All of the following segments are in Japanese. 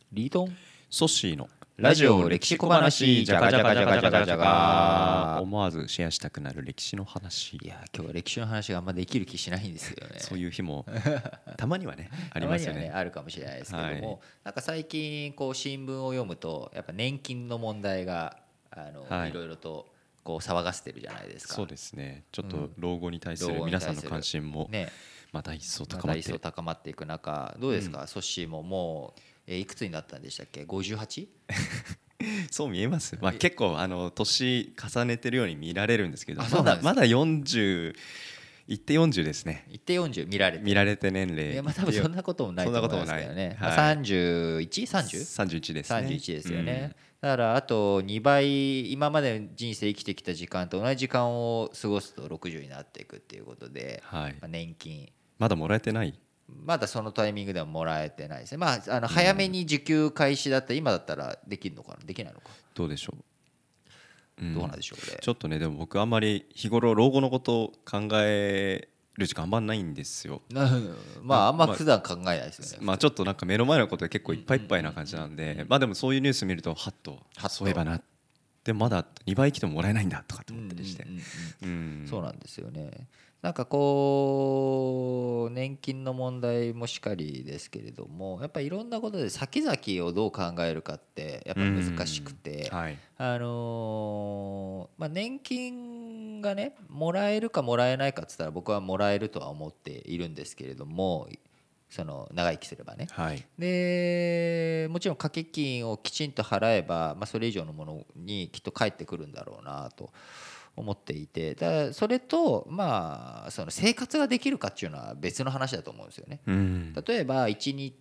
リートンソッシーのラジオ歴史小話じゃがじゃがじゃがじゃがじゃが。 思わずシェアしたくなる歴史の話。 いや今日は歴史の話があんまできる気しないんですよね。 そういう日もたまにはねありますよね。 たまにはねあるかもしれないですけども、 はい、 なんか最近こう新聞を読むとやっぱ年金の問題がはいいろいろとこう騒がせてるじゃないですか。 そうですね。ちょっと老後に対する皆さんの関心もねまた一層ま高まってた一層高まっていく中、どうですか、ソッシーももういくつになったんでしたっけ？ 58？ そう見えます。まあ結構年重ねてるように見られるんですけど、まだ40行って40ですね。 行って40見られて年齢。 いやまあ多分そんなこともないと思いますけどね。まあ 31？30？31 ですね。 31ですよね。だからあと2倍今まで人生生きてきた時間と同じ時間を過ごすと60になっていくっていうことで、 はい、 まあ年金まだもらえてない。 まだそのタイミングではもらえてないですね。まあ早めに受給開始だったら今だったらできるのかな、できないのか、 どうでしょう。 どうなんでしょうね。 ちょっとねでも僕あんまり日頃老後のことを考える時間あんまないんですよ。 まああんま普段考えないですよね。 まあちょっとなんか目の前のことで結構いっぱいいっぱいな感じなんで、まあでもそういうニュース見るとハッとそういえばな、でもまだ2倍来てももらえないんだとかと思ったりして、 そうなんですよね。なんかこう年金の問題もしかりですけれども、やっぱりいろんなことで先々をどう考えるかってやっぱ難しくて、 はい、 まあ、年金がねもらえるかもらえないかっつったら僕はもらえるとは思っているんですけれども、その長生きすればね、 はい、 でもちろん掛け金をきちんと払えば、まあ、それ以上のものにきっと返ってくるんだろうなと思っていて、だからそれとまあその生活ができるかっていうのは別の話だと思うんですよね。例えば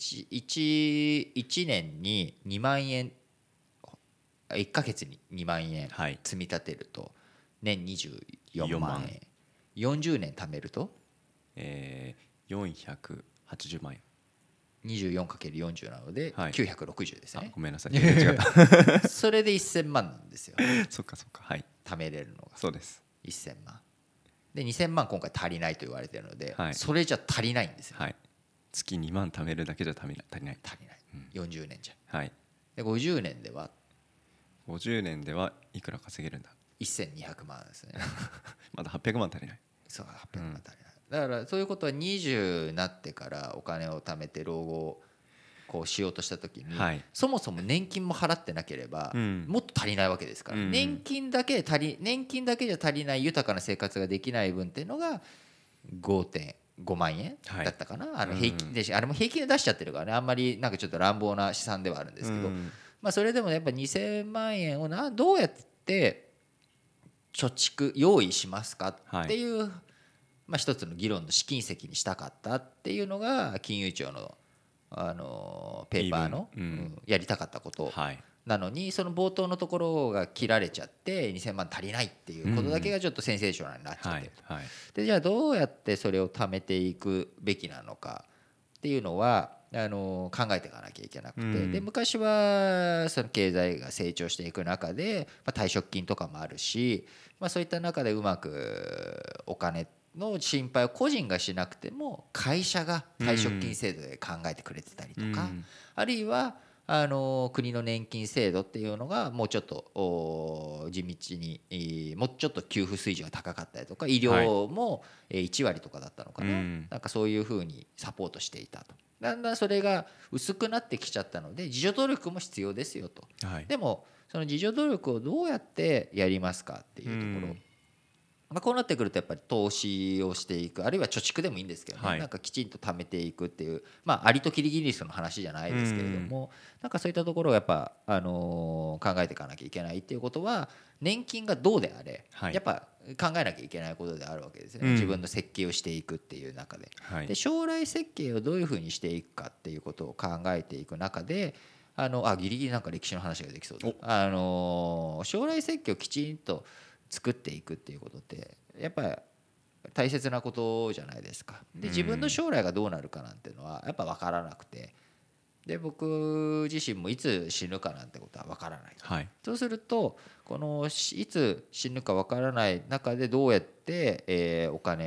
1年に2万円、1ヶ月に2万円積み立てると年24万円、40年貯めると 480万円、 24×40 なので960ですね。 ごめんなさい違ったそれで1000万なんですよ。 そっかそっか、はい、 貯めれるのがそうです。 1000万で2000万今回足りないと言われているので、 はい、 それじゃ足りないんですよ、 はい、月2万貯めるだけじゃ足りない、 40年じゃ、 はい、 で50年では 50年ではいくら稼げるんだ 1200万ですねまだ800万足りない。 そう800万足りない、だからそういうことは20になってからお金を貯めて老後をこうしようとした時に、そもそも年金も払ってなければもっと足りないわけですから、年金だけじゃ足りない豊かな生活ができない分っていうのが5.5万円だったかな、平均であれも平均で出しちゃってるからね、あんまりなんかちょっと乱暴な試算ではあるんですけど、まあそれでもやっぱ2000万円をどうやって貯蓄用意しますかっていう、まあ一つの議論の試金石にしたかったっていうのが金融庁のペーパーのやりたかったことなのに、その冒頭のところが切られちゃって2000万足りないっていうことだけがちょっとセンセーショナルになっちゃってると。でじゃあどうやってそれを貯めていくべきなのかっていうのは考えていかなきゃいけなくて、で昔はその経済が成長していく中で、まあ、退職金とかもあるし、まあ、そういった中でうまくお金の心配を個人がしなくても会社が退職金制度で考えてくれてたりとか、あるいは国の年金制度っていうのがもうちょっと地道にもうちょっと給付水準が高かったりとか、医療も1割とかだったのかな、なんかそういうふうにサポートしていたと。だんだんそれが薄くなってきちゃったので自助努力も必要ですよと、でもその自助努力をどうやってやりますかっていうところ、まあ、こうなってくるとやっぱり投資をしていく、あるいは貯蓄でもいいんですけどね、なんかきちんと貯めていくっていう、まあアリとキリギリスの話じゃないですけれども、なんかそういったところをやっぱ考えていかなきゃいけないっていうことは、年金がどうであれやっぱ考えなきゃいけないことであるわけですね、自分の設計をしていくっていう中で。で将来設計をどういうふうにしていくかっていうことを考えていく中で、ギリギリなんか歴史の話ができそうだ。将来設計をきちんと作っていくっていうことってやっぱり大切なことじゃないですか。で自分の将来がどうなるかなんていうのはやっぱ分からなくて、で僕自身もいつ死ぬかなんてことは分からない、そうするとこのいつ死ぬか分からない中でどうやってお金を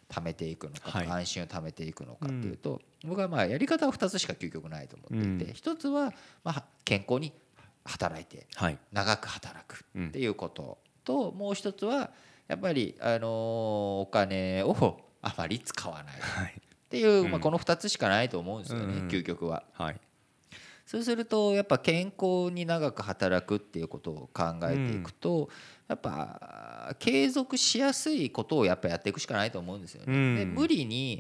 貯めていくのか、安心を貯めていくのかっていうと、僕はまあやり方は2つしか究極ないと思っていて、1つはまあ健康に働いて長く働くっていうことと、もう1つはやっぱりお金をあまり使わないっていう、まあこの2つしかないと思うんですよね、究極は。そうするとやっぱ健康に長く働くっていうことを考えていくと、やっぱ継続しやすいことをやっぱやっていくしかないと思うんですよね。で無理に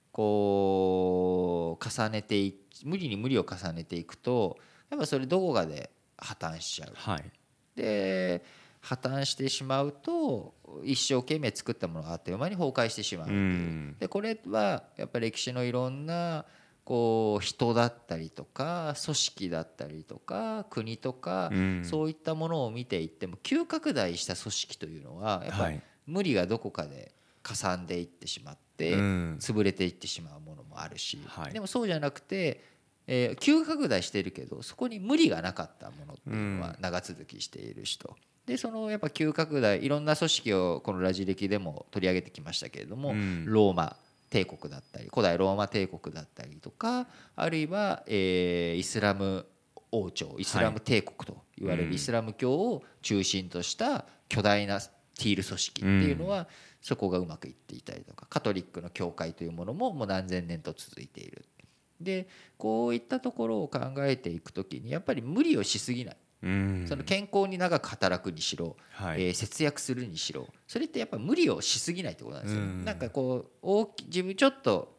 こう無理に無理を重ねていくとやっぱそれどこかで破綻しちゃう。で破綻してしまうと一生懸命作ったものがあっという間に崩壊してしまうっていう。でこれはやっぱり歴史のいろんなこう人だったりとか組織だったりとか国とか、そういったものを見ていっても急拡大した組織というのはやっぱり無理がどこかでかさんでいってしまって潰れていってしまうものもあるし、でもそうじゃなくて、急拡大しているけどそこに無理がなかったものっていうのは長続きしている人で、そのやっぱ急拡大いろんな組織をこのラジ歴でも取り上げてきましたけれども、ローマ帝国だったり古代ローマ帝国だったりとか、あるいはイスラム王朝イスラム帝国といわれるイスラム教を中心とした巨大なティール組織っていうのはそこがうまくいっていたりとか、カトリックの教会というものももう何千年と続いている。でこういったところを考えていくときにやっぱり無理をしすぎない、その健康に長く働くにしろ、節約するにしろ、それってやっぱり無理をしすぎないってことなんですよ。なんかこう自分ちょっと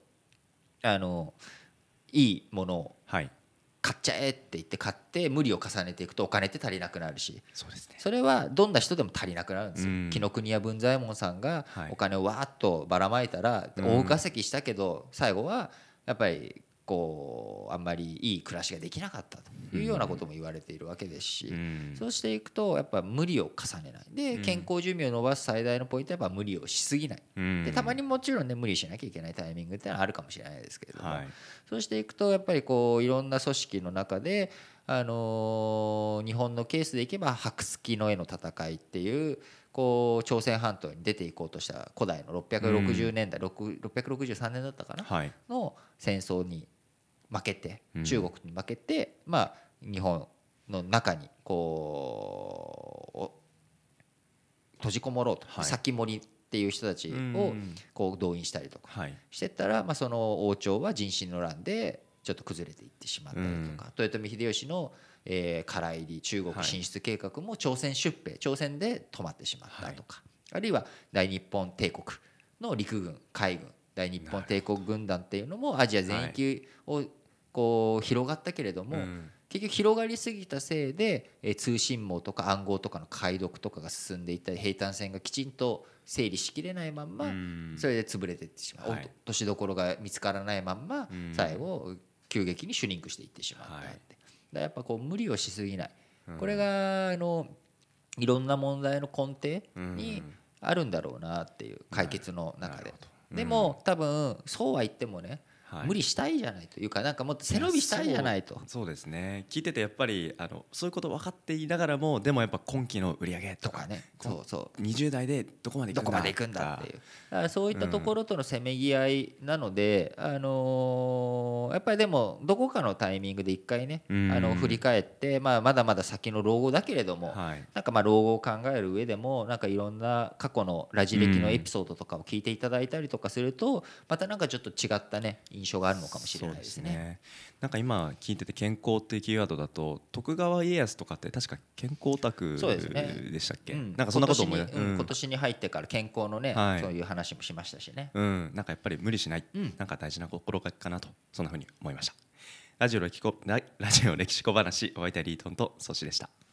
いいものを買っちゃえって言って買って無理を重ねていくとお金って足りなくなるし、それはどんな人でも足りなくなるんですよ。紀ノ国屋文左衛門さんがお金をわーっとばらまいたら大稼ぎしたけど最後はやっぱりこうあんまりいい暮らしができなかったというようなことも言われているわけですし、そうしていくとやっぱ無理を重ねないで、健康寿命を伸ばす最大のポイントはやっぱ無理をしすぎないで、たまにもちろんね無理しなきゃいけないタイミングってのはあるかもしれないですけれども、そうしていくとやっぱりこういろんな組織の中で日本のケースでいけば白月の絵の戦いっていうこう朝鮮半島に出ていこうとした古代の660年代663年だったかな、の戦争に負けて中国に負けて、まあ日本の中にこう閉じこもろうと、先盛っていう人たちをこう動員したりとかしてったら、まあその王朝は人心の乱でちょっと崩れていってしまったりとか、豊臣秀吉の唐入り中国進出計画も朝鮮出兵朝鮮で止まってしまったとか、あるいは大日本帝国の陸軍海軍大日本帝国軍団っていうのもアジア全域をこう広がったけれども、結局広がりすぎたせいで通信網とか暗号とかの解読とかが進んでいったり兵隊線がきちんと整理しきれないまんまそれで潰れていってしまう、落としどころが見つからないまんま最後急激にシュリンクしていってしまったって、だやっぱこう無理をしすぎない、これがいろんな問題の根底にあるんだろうなっていう解決の中で。でも多分そうは言ってもね、無理したいじゃないというか、なんかもっと背伸びしたいじゃないと。 そうですね、聞いててやっぱりそういうこと分かっていながらもでもやっぱ今期の売り上げとかね、そう 20代でどこまで行くんだっていう、だからそういったところとのせめぎ合いなので、やっぱりでもどこかのタイミングで一回ね振り返って、まだまだ先の老後だけれども、なんか老後を考える上でもなんかいろんな過去のラジ歴のエピソードとかを聞いていただいたりとかするとまたなんかちょっと違ったね印象があるのかもしれないですね。 なんか今聞いてて健康っていうキーワードだと徳川家康とかって確か健康オタクでしたっけ、なんかそんなこと思い今年に入ってから健康のね、そういう話もしましたしね、 なんかやっぱり無理しない、なんか大事な心がけかなとそんなふうに思いました。ラジオ歴史小話、お相手はリートンとソシでした。